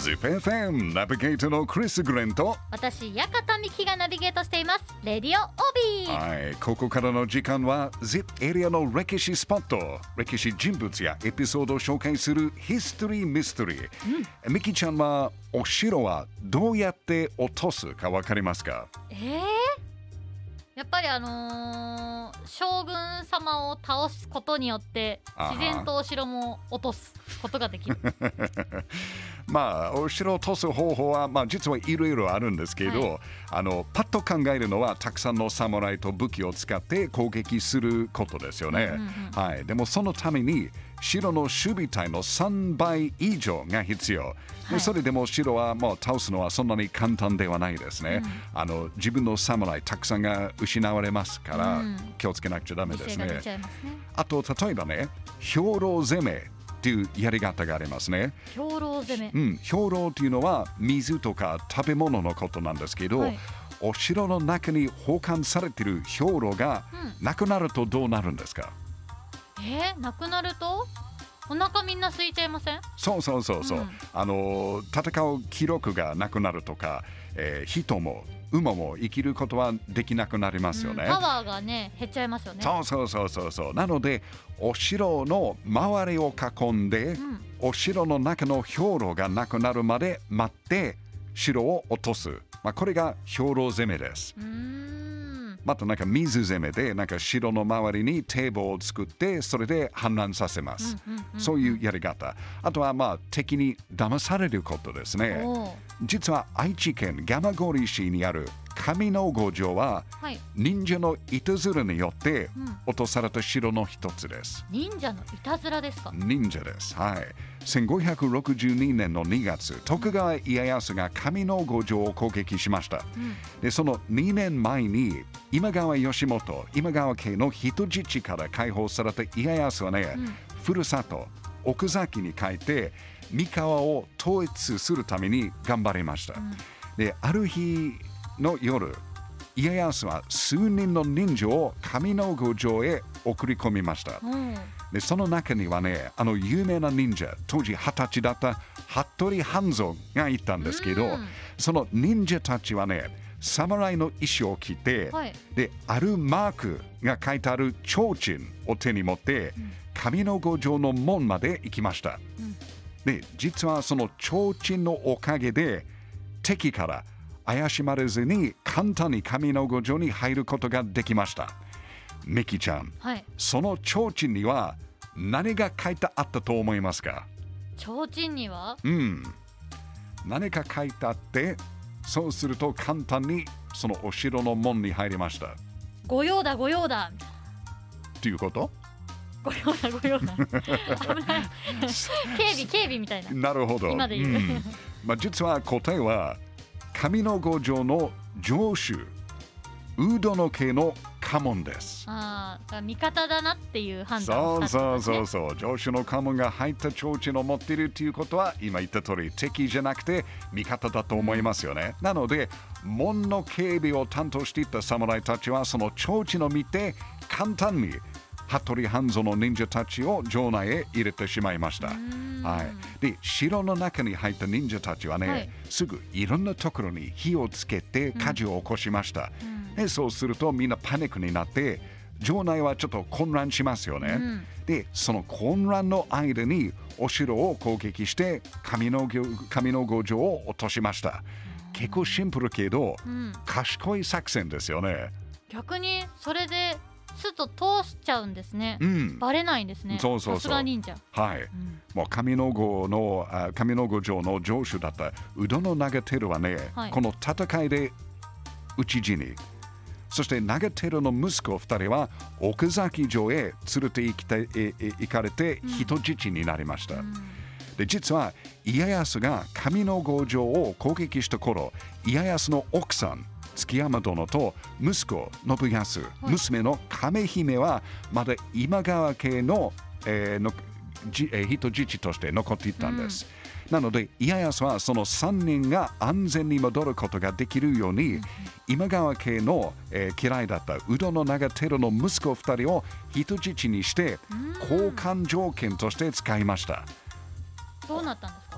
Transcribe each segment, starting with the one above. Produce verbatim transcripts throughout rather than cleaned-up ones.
Zip エフエム ナビゲーターのクリス・グレンと私、館美希がナビゲートしていますレディオオビー。 はい、ここからの時間は Zip エリアの歴史スポット、歴史人物やエピソードを紹介するヒストリー・ミステリー、うん、ミキちゃんはお城はどうやって落とすかわかりますか？ えー、やっぱりあのー、将軍様を倒すことによって自然とお城も落とすことができるまあお城を落とす方法は、まあ、実はいろいろあるんですけど、はい、あのパッと考えるのはたくさんの侍と武器を使って攻撃することですよね、うんうんうん、はい、でもそのために城の守備隊のさんばい以上が必要、はい、でそれでも城はもう倒すのはそんなに簡単ではないですね、うん、あの自分の侍たくさんが失われますから、うん、気をつけなくちゃダメですね。 犠牲が出ちゃいますね。 あと例えばね、兵糧攻めっていうやり方がありますね。 兵糧攻め、 うん、兵糧っていうのは水とか食べ物のことなんですけど、はい、お城の中に保管されている兵糧がなくなるとどうなるんですか？ うん、えー、なくなるとお腹みんな空いちゃいません？ そうそうそうそう、うん、あの戦う気力がなくなるとか、えー、人も馬も生きることはできなくなりますよね、うん、 パワーがね減っちゃいますよね。 そうそうそうそうそう。なのでお城の周りを囲んで、うん、お城の中の兵糧がなくなるまで待って城を落とす、まあ、これが兵糧攻めです。うーん、またなんか水攻めでなんか城の周りに堤防を作ってそれで氾濫させます、うんうんうんうん、そういうやり方。あとはまあ敵に騙されることですね。実は愛知県蒲郡市にある上野五条は、はい、忍者のいたずらによって落とされた城の一つです、 うん、忍者のいたずらですか？ 忍者です、はい、せんごひゃくろくじゅうにねんのにがつ、徳川家康が上野五条を攻撃しました、うん、でそのにねんまえに今川義元、今川家の人質から解放された家康はね、うん、ふるさと奥崎に帰って三河を統一するために頑張りました、うん、である日の夜、家康は数人の忍者を上野五条へ送り込みました、うん、でその中にはね、あの有名な忍者、当時はたちだった服部半蔵がいたんですけど、うん、その忍者たちはね、侍の衣装を着て、はい、であるマークが書いてある提灯を手に持って、うん、上野五条の門まで行きました、うん、で実はその提灯のおかげで敵から怪しまれずに簡単に上野五条に入ることができました。ミキちゃん、はい、その提灯には何が書いてあったと思いますか？ 提灯には、 うん、何か書いてあって、そうすると簡単にそのお城の門に入りました。 御用だ御用だっていうこと？ 御用だ御用だ危ない警備警備みたいな。 なるほど。 今で言う、うんまあ、実は答えは上野五条の城主ウドの家の家紋です。 ああ、味方だなっていう判断をしたんですね。 そうそうそうそう。城主の家紋が入った提灯を持っているっていうことは、今言った通り敵じゃなくて味方だと思いますよね。なので門の警備を担当していた侍たちはその提灯を見て簡単に服部半蔵の忍者たちを城内へ入れてしまいました。はい、で城の中に入った忍者たちはね、はい、すぐいろんなところに火をつけて火事を起こしました、うん、でそうするとみんなパニックになって城内はちょっと混乱しますよね、うん、でその混乱の間にお城を攻撃して上野上野五条を落としました、うん、結構シンプルけど、うん、賢い作戦ですよね。 逆にそれでスッと通しちゃうんですね、うん、バレないんですね。 そうそうそう、 さすが忍者。 はい、うん、もう上野五のあ上野五条の城主だった宇土の長照はね、はい、この戦いで討ち死に、そして長照の息子ふたりは奥崎城へ連れて行きたいえ行かれて人質になりました、うん、で実は家康が上野五条を攻撃した頃、家康の奥さん築山殿と息子信康、はい、娘の亀姫はまだ今川家の、えー、のじ、えー、人質として残っていたんです、うん、なので家康はそのさんにんが安全に戻ることができるように、うん、今川家の、えー、嫌いだった宇土の長照の息子ふたりを人質にして交換条件として使いました。 どうなったんですか？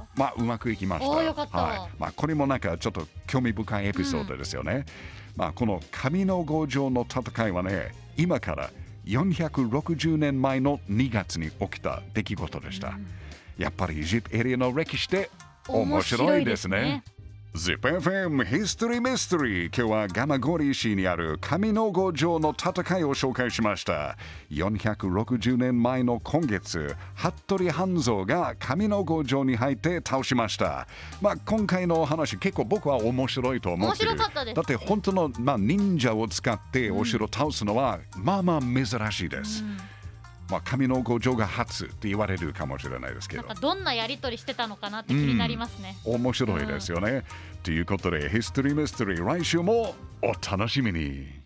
まあうまくいきました。 おーよかった、 はい、まあこれもなんかちょっと興味深いエピソードですよね。うん、まあこの上の郷城の戦いはね、今からよんひゃくろくじゅうねんまえのにがつに起きた出来事でした。うん、やっぱり ZIP エリアの歴史って面白いですね。ZIP エフエム History Mystery、 今日は蒲郡市にある上の郷城の戦いを紹介しました。よんひゃくろくじゅうねんまえの今月、服部半蔵が上の郷城に入って倒しました。まあ今回のお話結構僕は面白いと思ってる。 面白かったです。 だって本当の、まあ、忍者を使ってお城を倒すのは、うん、まあまあ珍しいです。うん、まあ、上の郷城が初って言われるかもしれないですけど、 なんかどんなやり取りしてたのかなって気になりますね。 うん、面白いですよね。と、うん、いうことでヒストリーミステリー、来週もお楽しみに。